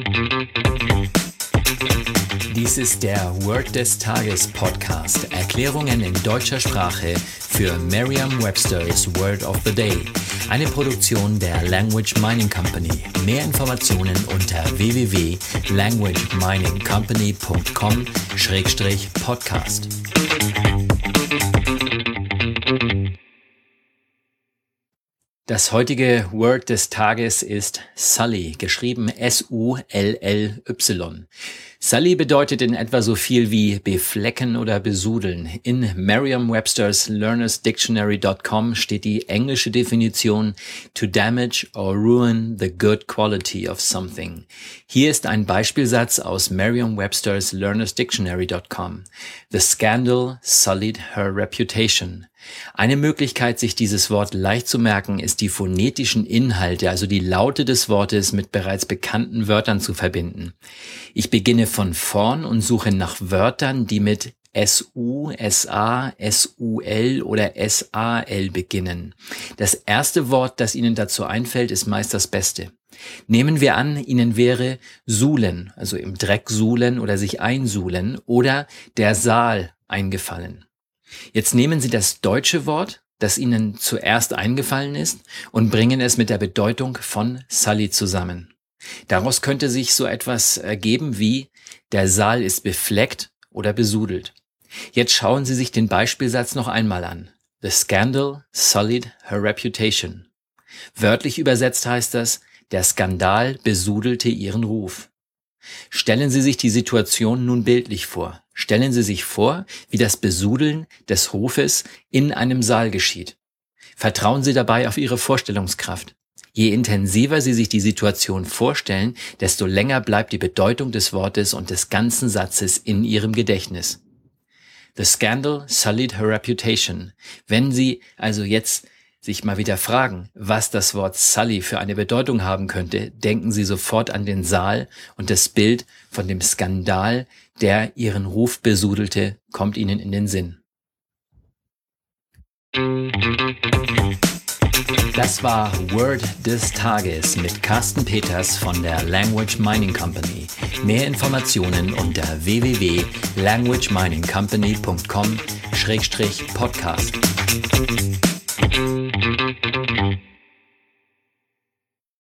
Dies ist der Word des Tages Podcast. Erklärungen in deutscher Sprache für Merriam-Webster's Word of the Day. Eine Produktion der Language Mining Company. Mehr Informationen unter www.languageminingcompany.com/podcast. Das heutige Word des Tages ist Sully, geschrieben S-U-L-L-Y. Sully bedeutet in etwa so viel wie beflecken oder besudeln. In Merriam-Webster's learnersdictionary.com steht die englische Definition to damage or ruin the good quality of something. Hier ist ein Beispielsatz aus Merriam-Webster's learnersdictionary.com. The scandal sullied her reputation. Eine Möglichkeit, sich dieses Wort leicht zu merken, ist die phonetischen Inhalte, also die Laute des Wortes mit bereits bekannten Wörtern zu verbinden. Ich beginne von vorn und suche nach Wörtern, die mit S-U, S-A, S-U-L oder S-A-L beginnen. Das erste Wort, das Ihnen dazu einfällt, ist meist das Beste. Nehmen wir an, Ihnen wäre suhlen, also im Dreck suhlen oder sich einsuhlen, oder der Saal eingefallen. Jetzt nehmen Sie das deutsche Wort, das Ihnen zuerst eingefallen ist, und bringen es mit der Bedeutung von Sully zusammen. Daraus könnte sich so etwas ergeben wie der Saal ist befleckt oder besudelt. Jetzt schauen Sie sich den Beispielsatz noch einmal an. The scandal sullied her reputation. Wörtlich übersetzt heißt das, der Skandal besudelte ihren Ruf. Stellen Sie sich die Situation nun bildlich vor. Stellen Sie sich vor, wie das Besudeln des Rufes in einem Saal geschieht. Vertrauen Sie dabei auf Ihre Vorstellungskraft. Je intensiver Sie sich die Situation vorstellen, desto länger bleibt die Bedeutung des Wortes und des ganzen Satzes in Ihrem Gedächtnis. The scandal sullied her reputation. Wenn Sie also jetzt sich mal wieder fragen, was das Wort Sully für eine Bedeutung haben könnte, denken Sie sofort an den Saal und das Bild von dem Skandal, der Ihren Ruf besudelte, kommt Ihnen in den Sinn. Das war Word des Tages mit Carsten Peters von der Language Mining Company. Mehr Informationen unter www.languageminingcompany.com/podcast.